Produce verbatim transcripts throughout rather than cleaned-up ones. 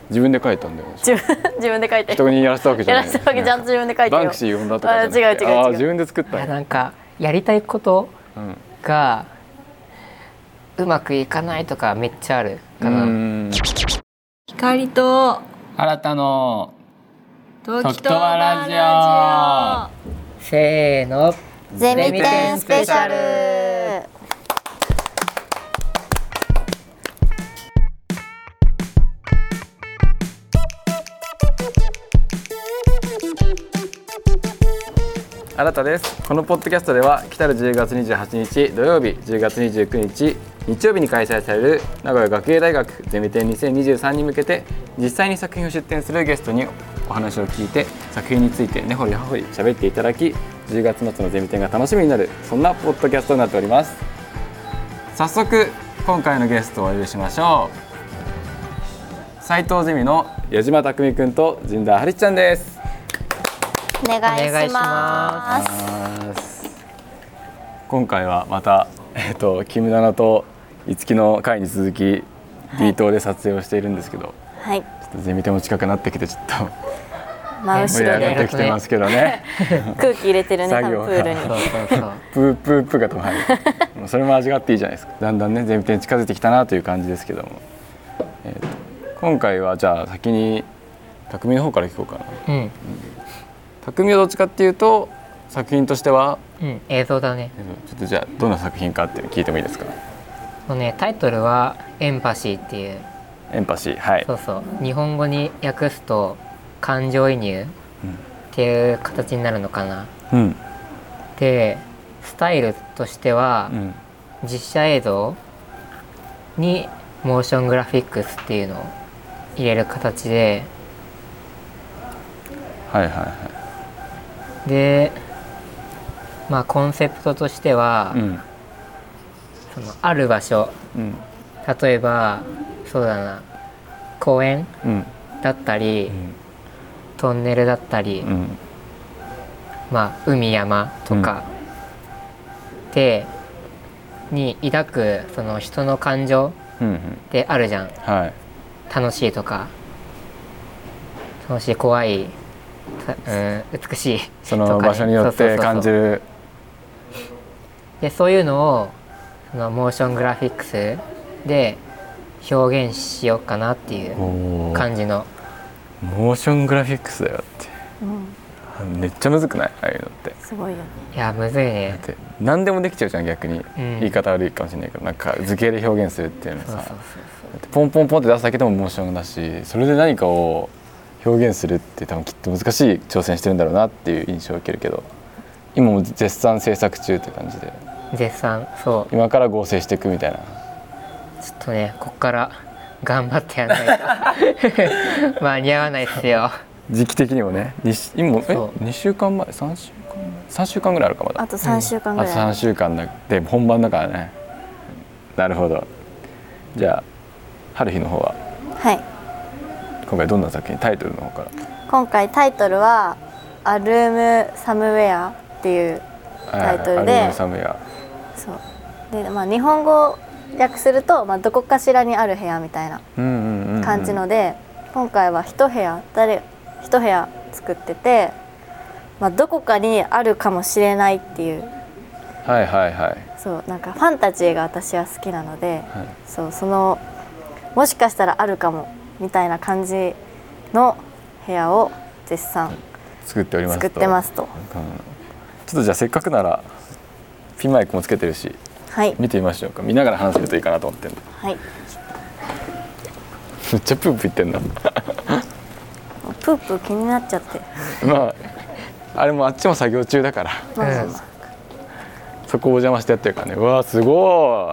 自分で書いたんだよね。 自分自分で書いて。 人にやらせたわけじゃない。 やらせたわけちゃんと自分で書いてよ。 バンクシー呼んだとかじゃなくて。 あ、違う違う違う。 あ、自分で作った。 なんかやりたいことがうまくいかないとかめっちゃあるかな。うん、 光と新たの時とわラジオ。せーの。 ゼミ展スペシャル。 新田です。このポッドキャストでは来たるじゅうがつにじゅうはちにち土曜日、じゅうがつにじゅうくにち日曜日に開催される名古屋学芸大学ゼミ展にせんにじゅうさんに向けて実際に作品を出展するゲストにお話を聞いて作品について根掘り葉掘り喋っていただき、じゅうがつ末のゼミ展が楽しみになる、そんなポッドキャストになっております。早速今回のゲストをお呼びしましょう。斉藤ゼミの矢島匠くんと陣田春ちゃんです。 お願いします。 今回はまた、えー、とキムナナと樹の回に続き B 棟で撮影をしているんですけど、はい、ちょっとゼミ展も近くなってきてちょっと真後ろで盛り上がってきてますけどね空気入れてるね、多分プールにプープープーが止まるそれも味があっていいじゃないですか。だんだんねゼミ展近づいてきたなという感じですけども、えー、と今回はじゃあ先に匠の方から聞こうかな。うん、匠はどっちかっていうと作品としては、 うん、映像だね。 ちょっとじゃあどんな作品かっていうの聞いてもいいですか。 そうね、タイトルはエンパシーっていう。 エンパシー、はい。 そうそう、日本語に訳すと感情移入っていう形になるのかな。うん、でスタイルとしては、うん、実写映像にモーショングラフィックスっていうのを入れる形で、 はいはいはい。 でまあコンセプトとしては、うん、そのある場所、うん、例えばそうだな、公園、うん、だったり、うん、トンネルだったり、うん、まあ海山とか、うん、でに抱くその人の感情ってあるじゃん、うんうん、はい、楽しいとか楽しい、怖い、うん、美しいとか、ね、 その場所によって感じる。 でそういうのをそのモーショングラフィックスで表現しようかなっていう感じの。 モーショングラフィックスだよって、うん、めっちゃむずくない？ああいうのってすごいよね。 いやむずいね。 だって何でもできちゃうじゃん逆に、うん、言い方悪いかもしれないけど、なんか図形で表現するっていうのさ、ポンポンポンって出すだけでもモーションだし、それで何かを表現するって多分きっと難しい挑戦してるんだろうなっていう印象を受けるけど、今も絶賛制作中って感じで。 絶賛、そう、 今から合成していくみたいな。 ちょっとね、こっから頑張ってやらないと間に合わないですよ。 時期的にもね、今えにしゅうかんまえ、さんしゅうかんまえ、さんしゅうかんぐらいあるかまだ。 あとさんしゅうかんぐらい、 うん、あとさんしゅうかんで本番だからね。なるほど。じゃあ春日の方は、はい、今回どんな作品、タイトルの方から。 今回タイトルはアルームサムウェアっていうタイトルで、はい、アルームサムウェア、そうで、まあ、日本語訳すると、まあ、どこかしらにある部屋みたいな感じので、今回は一部屋誰一部屋作ってて、まあ、どこかにあるかもしれないっていう、 はいはいはい、 そうなんかファンタジーが私は好きなので、はい、そうそのもしかしたらあるかもみたいな感じの部屋を絶賛作っておりますと。 作ってますと。うん、 ちょっとじゃあせっかくならピンマイクもつけてるし、はい、見てみましょうか。見ながら話せるといいかなと思ってるんで。はい。めっちゃプープー言ってんな。 プープー気になっちゃって。 まああれもあっちも作業中だから。うん、そこをお邪魔してやってるからね。うわーすご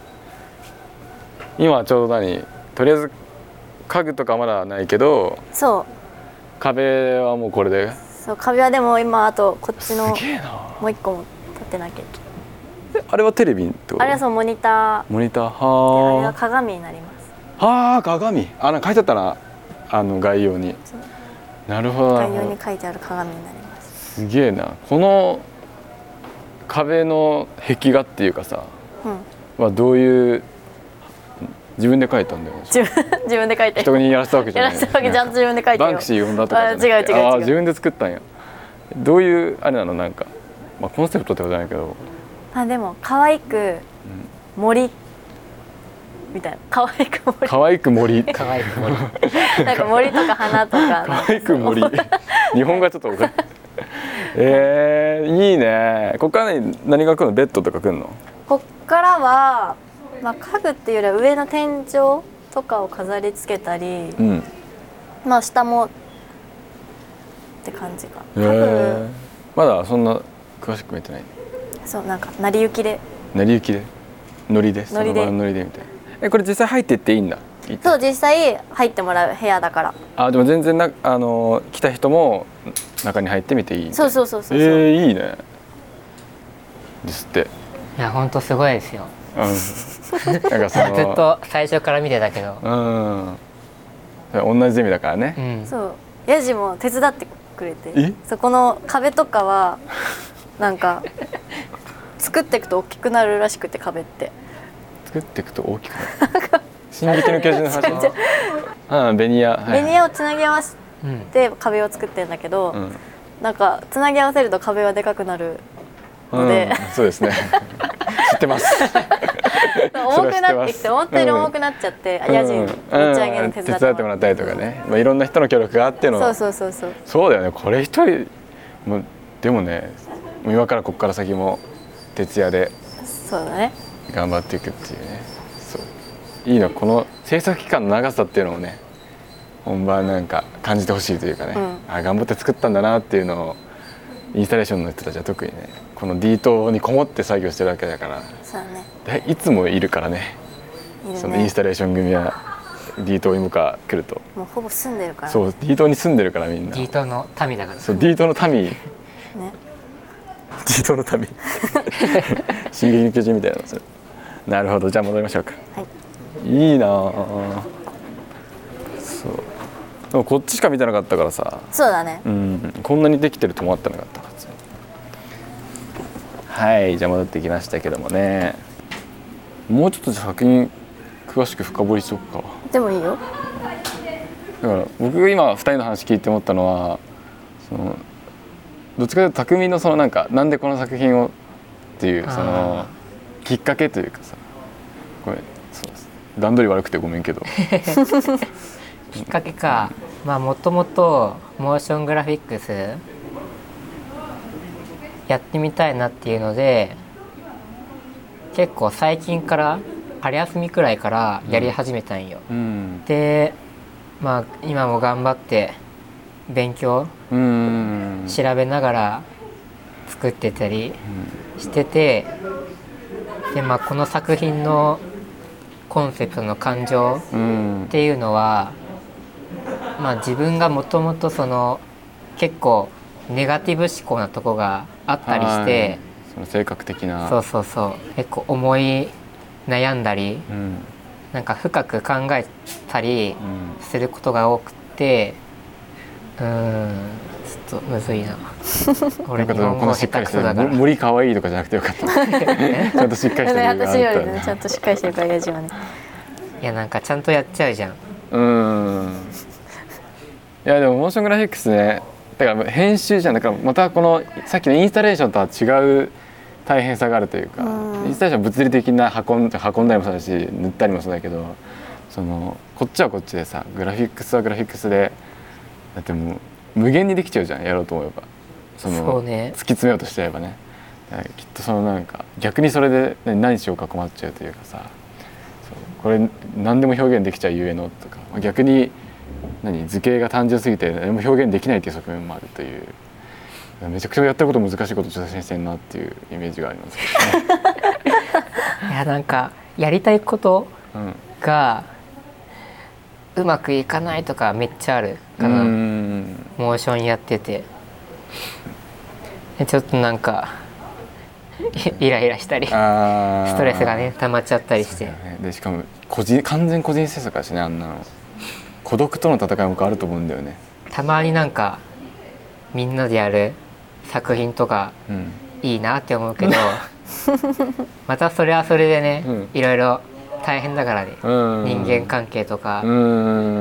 い。今ちょうど何、とりあえず家具とかまだないけど。そう。壁はもうこれで。 そう、壁はでも今あとこっちのもう一個も立てなきゃいけない。 あれはテレビってこと？ あれはそうモニター。 モニター、はあれは鏡になります。 はあ、鏡。あ、なんか書いてあったな、あの概要に。なるほど。 概要に書いてある鏡になります。 すげえな。この壁の壁画っていうかさ、うん、はどういう自分で書いたんだよね。 自分自分で書いて人にやらせたわけじゃない、 やらせたわけちゃんと自分で書いてよ。 バンクシー呼んだとかじゃなくて、 あ違う違う違うあ自分で作ったんや。どういうあれなのなんか、まあ、コンセプトってことじゃないけど、 あでも可愛く森みたいな、可愛く森可愛く森可愛い森なんか森とか花とか可愛く森日本語はちょっとおかしいえー、いいね。ここから何何が来るの？ベッドとか来るの？ こっからは、まあ、家具っていうよりは上の天井とかを飾り付けたり、 うん、 まあ下もって感じか。 えー、まだそんな詳しく見てない。 そうなんか成り行きで成り行きでノリでノリでその場のノリでみたいな。えこれ実際入ってっていいんだ？ そう実際入ってもらう部屋だから。 あでも全然なあの来た人も中に入ってみていい。 そうそうそうそう。 えー、いいね。ですって。 いや本当すごいですよ。 うん。なんかそのずっと最初から見てたけど。 うん。同じゼミだからね。 うん、 そうヤジも手伝ってくれて、そこの壁とかはなんか作っていくと大きくなるらしくて、壁って作っていくと大きくなる。進撃の巨人の話。ああベニヤ。 ベニヤをつなぎ合わせて壁を作ってるんだけど、うん、なんかつなぎ合わせると壁はでかくなるので、 うん、そうですね。知ってます。 重くなってきて思ったより重くなっちゃって、うん、ヤジ持ち上げる手伝ってもらったりとかね、まあ、いろんな人の協力があっての。 そうそうそうそう。 そうだよね。これ一人もでもね、今からここから先も徹夜でそうだね頑張っていくっていうね。そういいの、この制作期間の長さっていうのをね、本番なんか感じてほしいというかね、うん、あ頑張って作ったんだなっていうのをインスタレーションの人たちは特にね、この D 棟にこもって作業してるわけだから。 そうね。 でいつもいるからね。いるね。そのインスタレーション組は D 棟に向か来ると。 もうほぼ住んでるから、ね。 そう D 棟に住んでるからみんな。 D 棟の民だから。 そう D 棟の民。ね。D 棟の民。進撃の巨人みたいなのそれ。なるほど、じゃあ戻りましょうか。 はい。 いいなあ。そう。でもこっちしか見てなかったからさ。 そうだね。 うん、こんなにできてると思ってなかったはず。はい、じゃあ戻ってきましたけどもね。もうちょっと作品詳しく深掘りしとくか。 でもいいよ。 だから僕が今ふたりの話聞いて思ったのは、そのどっちかというと匠のそのなんかなんでこの作品をっていうそのきっかけというかさ、これそうです。段取り悪くてごめんけど。 きっかけか、まあもともとモーショングラフィックスやってみたいなっていうので、結構最近から春休みくらいからやり始めたんよ、うん、でまあ今も頑張って勉強、うん、調べながら作ってたりしてて、でまあこの作品のコンセプトの感情っていうのは、まあ自分がもともとその結構ネガティブ思考なとこがあったりして、 その性格的な、 そうそうそう結構思い悩んだり、うん、なんか深く考えたりすることが多くて、うーんちょっとむずいな。俺日本語下手くそだから。 森可愛いとかじゃなくてよかった。ちゃんとしっかりしてる。 私よりねちゃんとしっかりしてるからヤジはね。 いやなんかちゃんとやっちゃうじゃん。 うん。いやでもモーショングラフィックスね。だから編集じゃん。だからまたこのさっきのインスタレーションとは違う大変さがあるというか、インスタレーションは物理的な運ん、運んだりもそうだし塗ったりもそうだけど、そのこっちはこっちでさ、グラフィックスはグラフィックスでだってもう無限にできちゃうじゃん、やろうと思えば。そのそうね、 突き詰めようとしてればね。きっとそのなんか逆にそれで何しようか困っちゃうというかさ、そうこれ何でも表現できちゃうゆえのとか、逆に何図形が単純すぎて何も表現できないという側面もあるという、めちゃくちゃやったこと難しいことを挑戦してるなっていうイメージがありますけどね。 いやなんかやりたいことがうまくいかないとかめっちゃあるかな。モーションやっててちょっとなんかイライラしたりストレスがね溜まっちゃったりして、 ね、でしかも個人完全個人制作だしね、あんなの孤独との戦いもあると思うんだよね。 たまになんかみんなでやる作品とかいいなって思うけど、うん、またそれはそれでね、うん、いろいろ大変だからね、 うん、 人間関係とか、 うん、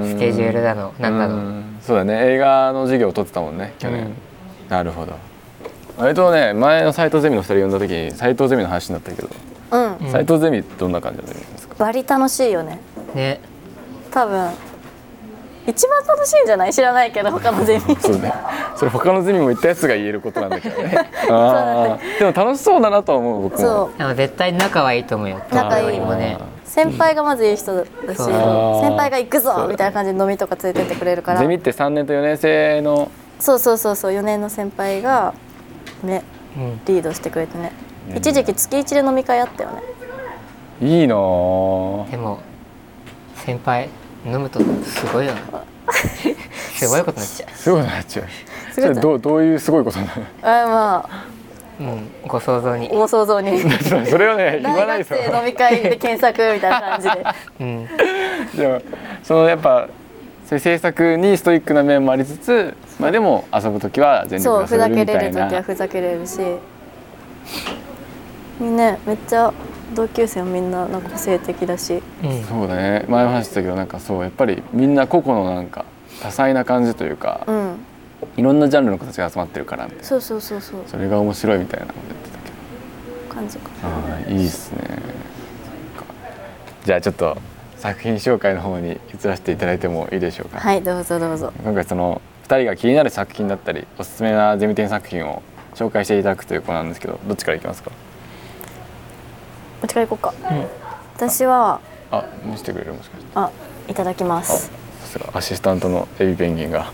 スケジュールだのなんだの、 うん、そうだね、映画の授業を取ってたもんね去年、うん、なるほど。割とね、前の斉藤ゼミのふたり呼んだ時に斉藤ゼミの話になったけど、うん、斉藤ゼミどんな感じのゼミですか？ バリ楽しいよね。 ね、 多分一番楽しいんじゃない？知らないけど他のゼミそうね、それ他のゼミも言ったやつが言えることなんだけどねあでも楽しそうだなと思う僕も。 そう、 でも絶対仲はいいと思うよ。 仲いいもね、先輩がまずいい人だし、先輩が行くぞみたいな感じで飲みとか連れてってくれるから。 ゼミってさんねんとよねん生の、 そうそうそうそう、よねんの先輩がね、うん、リードしてくれてね、うん、一時期月いちで飲み会あったよね。 いいな。でも先輩飲むとすごいよなすごいことになっちゃう。 すごいことになっちゃう。それどう、どういうすごいことなの？ あ、まあ、 うん、ご想像にご想像にそれはね言わないですよ。 大学生飲み会で検索みたいな感じで、うん、 でもそのやっぱそういう制作にストイックな面もありつつ、まあでも遊ぶときは全力で遊べるみたいな。そう、ふざけれるときはふざけれるし、みんなめっちゃ同級生はみんななんか個性的だし、 うん、そうだね、前も話したけどなんかそうやっぱりみんな個々のなんか多彩な感じというか、うん、いろんなジャンルの子たちが集まってるからみたいな。 そうそうそうそう、 それが面白いみたいなこと言ってたけど感じか。 あ、いいっすね。じゃあちょっと作品紹介の方に移らせていただいてもいいでしょうか？ はい、どうぞどうぞ。 今回そのふたりが気になる作品だったりおすすめなゼミ展作品を紹介していただくということなんですけど、どっちからいきますか？ どっちから行こうか、うん、私はあ、見せてくれる？もしかして。 あ、いただきます。 さすがアシスタントのエビペンギンが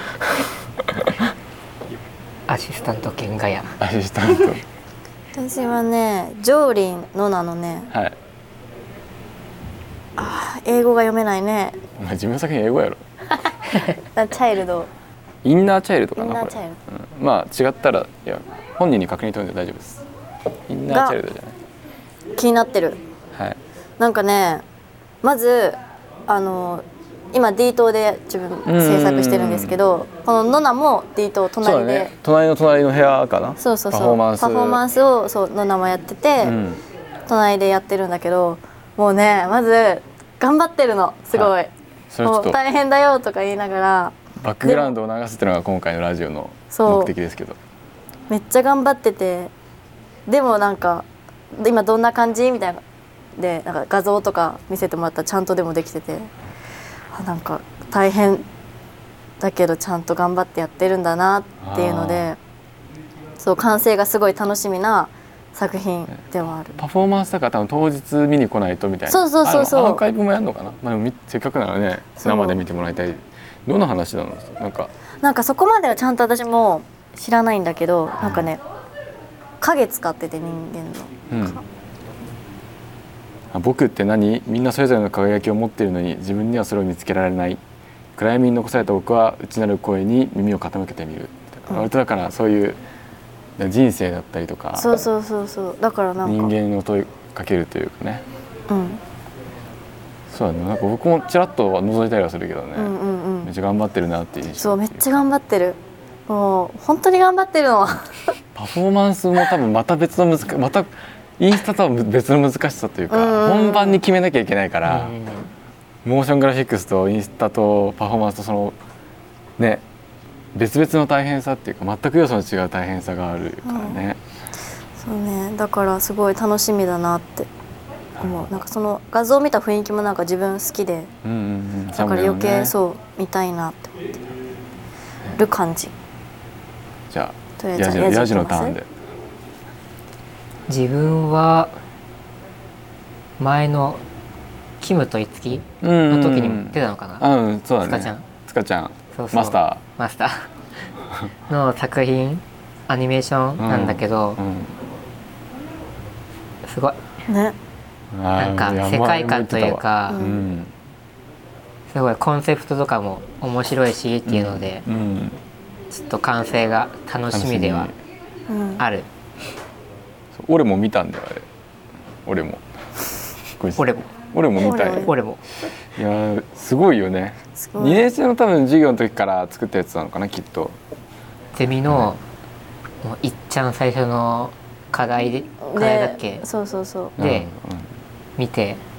アシスタント兼ガヤアシスタント私はね、ジョーリンのなのね、はい、あ、英語が読めないね。 お前自分の作品英語やろチャイルド、 インナーチャイルドかな。インナーチャイルド、 うん、まあ違ったらいや本人に確認取るんで大丈夫です。インナーチャイルドじゃない。 気になってる、はい、なんかね、まずあの今 D 棟で自分制作してるんですけど、このノナも D 棟隣で、ね、 隣の隣の部屋かな。 そうそうそう、パフォーマンスパフォーマンスをそうノナもやってて、うん、隣でやってるんだけど、もうね、まず頑張ってるのすごい、はい、もう大変だよとか言いながらバックグラウンドを流すっていうのが今回のラジオの目的ですけど、 めっちゃ頑張ってて、でもなんか今どんな感じみたいなで、なんか画像とか見せてもらったらちゃんとでもできてて、あ、なんか大変だけどちゃんと頑張ってやってるんだなっていうので、そう完成がすごい楽しみな作品ではある。 パフォーマンスだから多分当日見に来ないとみたいな。 そうそうそうそう。 アーカイブもやるのかな。まあ、でもせっかくならね生で見てもらいたい。どんな話なの？なんかなんかそこまではちゃんと私も知らないんだけど、なんかね、影使ってて人間の、 うん、僕って何？みんなそれぞれの輝きを持っているのに自分にはそれを見つけられない。暗闇に残された僕は内なる声に耳を傾けてみる。うん、割とだからそういう人生だったりとか、 そうそうそうそう、だからなんか人間を問いかけるというかね。 うん。 そうだね。なんか僕もちらっと覗いたりはするけどね。うんうんうん、めっちゃ頑張ってるなっていう印象。 そう、めっちゃ頑張ってる。もう本当に頑張ってるの。 パフォーマンスも多分また別の難しまたインスタとは別の難しさというか、うんうん、本番に決めなきゃいけないから、うんうん、モーショングラフィックスとインスタとパフォーマンスとそのね別々の大変さっていうか全く要素の違う大変さがあるからね、 うん、そうね、だからすごい楽しみだなって思う。なんかその画像を見た雰囲気もなんか自分好きで、うんうんうん、だから余計そう見たいなって思ってる感じ。 じゃあヤジの、ヤジのターンで。 自分は前のキムとイツキの時にも出たのかな。 うん、うん、そうだね。つかちゃん、つかちゃん、そうそうマスター、 マスターの作品アニメーションなんだけど、うんうん、すごいね。なんか世界観というか、うん、すごいコンセプトとかも面白いしっていうので、うんうん、ちょっと完成が楽しみではある。 俺も見たんだよあれ。俺も俺も俺も見たい。 俺もいやすごいよね。にねん生の多分授業の時から作ったやつなのかなきっと。 ゼミの、うん、もういっちゃん最初の課題で課題だっけ。 そうそうそうで、うんうん、見て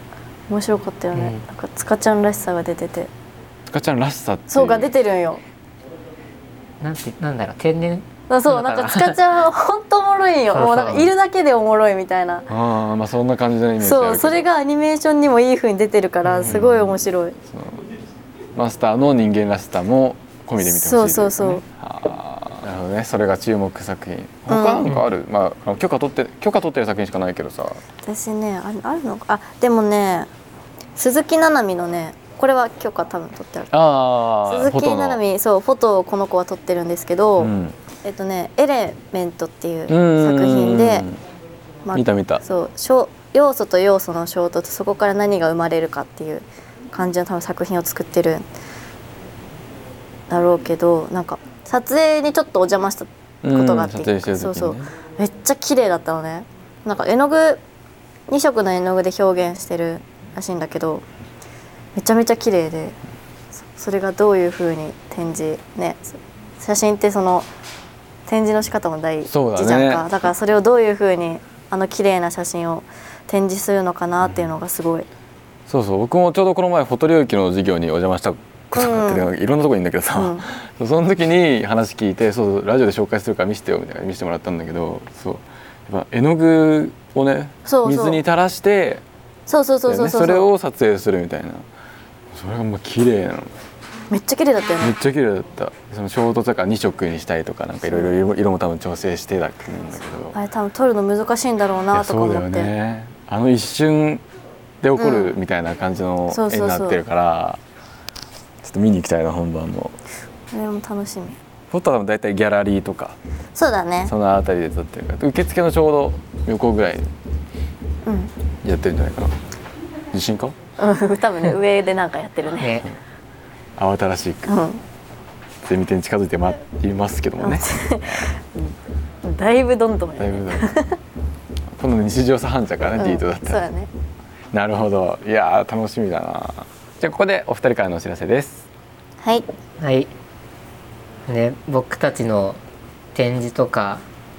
面白かったよね、うん、なんか塚ちゃんらしさが出てて、 塚ちゃんらしさってそうが出てるんよ。 なんてなんだろう、天然そうなんか塚ちゃん本当おもろいんよ。もうなんかいるだけでおもろいみたいな。 ああ、まあそんな感じのイメージ。 そうそれがアニメーションにもいい風に出てるからすごい面白い、うん、 マスターの人間らしさも込みで見てほしいですね。 そうそうそう。 あ、なるほどね。それが注目作品。他なんかある、うん、まあ許可取って許可取ってる作品しかないけどさ。 私ね あ, あるのか。あでもね鈴木奈々美のね、これは許可多分取ってある。あ鈴木奈々美、そうフォトをこの子は撮ってるんですけど、うん、えっとねエレメントっていう作品で、 まあ、見た見た。 そう要素と要素の衝突、そこから何が生まれるかっていう感じの多分作品を作ってるんだろうけど、なんか撮影にちょっとお邪魔したことがあって、うんね、そうそうめっちゃ綺麗だったのね。なんか絵の具に色の絵の具で表現してるらしいんだけど、めちゃめちゃ綺麗で、それがどういう風に展示ね、写真ってその展示の仕方も大事じゃんか。 だ,、ね、だからそれをどういう風にあの綺麗な写真を展示するのかなっていうのがすごい、うん、 そうそう、僕もちょうどこの前フォト領域の授業にお邪魔したことがあって、うん、いろんなとこにいるんだけどさ、うん、その時に話聞いて、そうラジオで紹介するから見せてよみたいな見せてもらったんだけど、そうやっぱ絵の具をね水に垂らして、 そうそうそうそうそう、 それを撮影するみたいな、それがもう綺麗なの。 めっちゃ綺麗だったよね。 めっちゃ綺麗だった。その衝突だからに色にしたりとか、なんかいろいろ色も多分調整してたんだけど、 あれ多分撮るの難しいんだろうなとか思って。 そうだよね。あの一瞬で起こるみたいな感じの絵になってるから、ちょっと見に行きたいな、本番も。 あれも楽しみ。 フォトは大体ギャラリーとか、 そうだね、 そのあたりで撮ってるから、受付のちょうど横ぐらいやってるんじゃないかな。自信か？ うん多分ね上でなんかやってるね。 慌ただしく、うん、ゼミ展に近づいてまいますけどもね。 だいぶどんどん、 だいぶどんどんこの日常茶飯茶からね、うん、ディートだったら。 そうだね。 なるほど。いや楽しみだな。じゃあここでお二人からのお知らせです。 はいはいね、僕たちの展示とか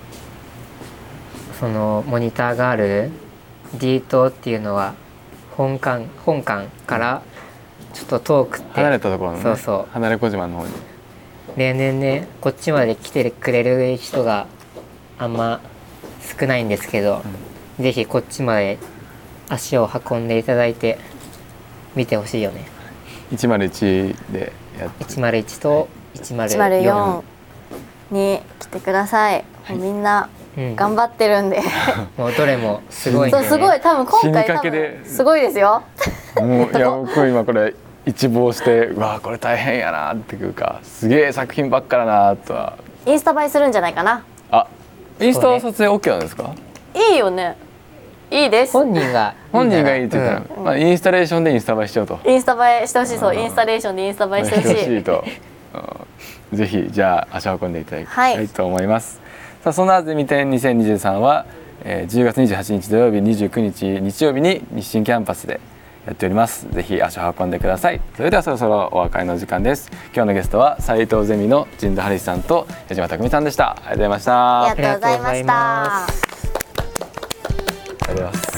そのモニターがある ディートっていうのは本館本館からちょっと遠くて離れたところのね、そうそう離れ小島の方に例年ねこっちまで来てくれる人があんま少ないんですけど、うん、ぜひこっちまで足を運んでいただいて見てほしいよね。 いちまるいちでやっていちまるいちといちまるよんいちまるよんに来てください、はい、みんな頑張ってるんで、 うん、もうどれもすごいんで、ね、 そうすごい多分今回多分すごいですよ。 もういや僕今これ一望してうわこれ大変やなっていうかすげえ作品ばっかだなとは。 インスタ映えするんじゃないかな。 あ、インスタは撮影 OK なんですか？ いいよね。いいです。 本人が本人がいいって言ったら、うん、まあインスタレーションでインスタ映えしちゃうと。 インスタ映えしてほしい。そうインスタレーションでインスタ映えしてほしい。 しいとぜひじゃあ足を運んでいただきたいと思います。はい、さあそんなゼミ展にせんにじゅうさんは、えー、じゅうがつにじゅうはちにち土曜日、にじゅうくにち日曜日に日清キャンパスでやっております。ぜひ足を運んでください。それではそろそろお別れの時間です。今日のゲストは斉藤ゼミの陣田春さんと矢島匠さんでした。ありがとうございました。 ありがとうございました。 ありがとうございます。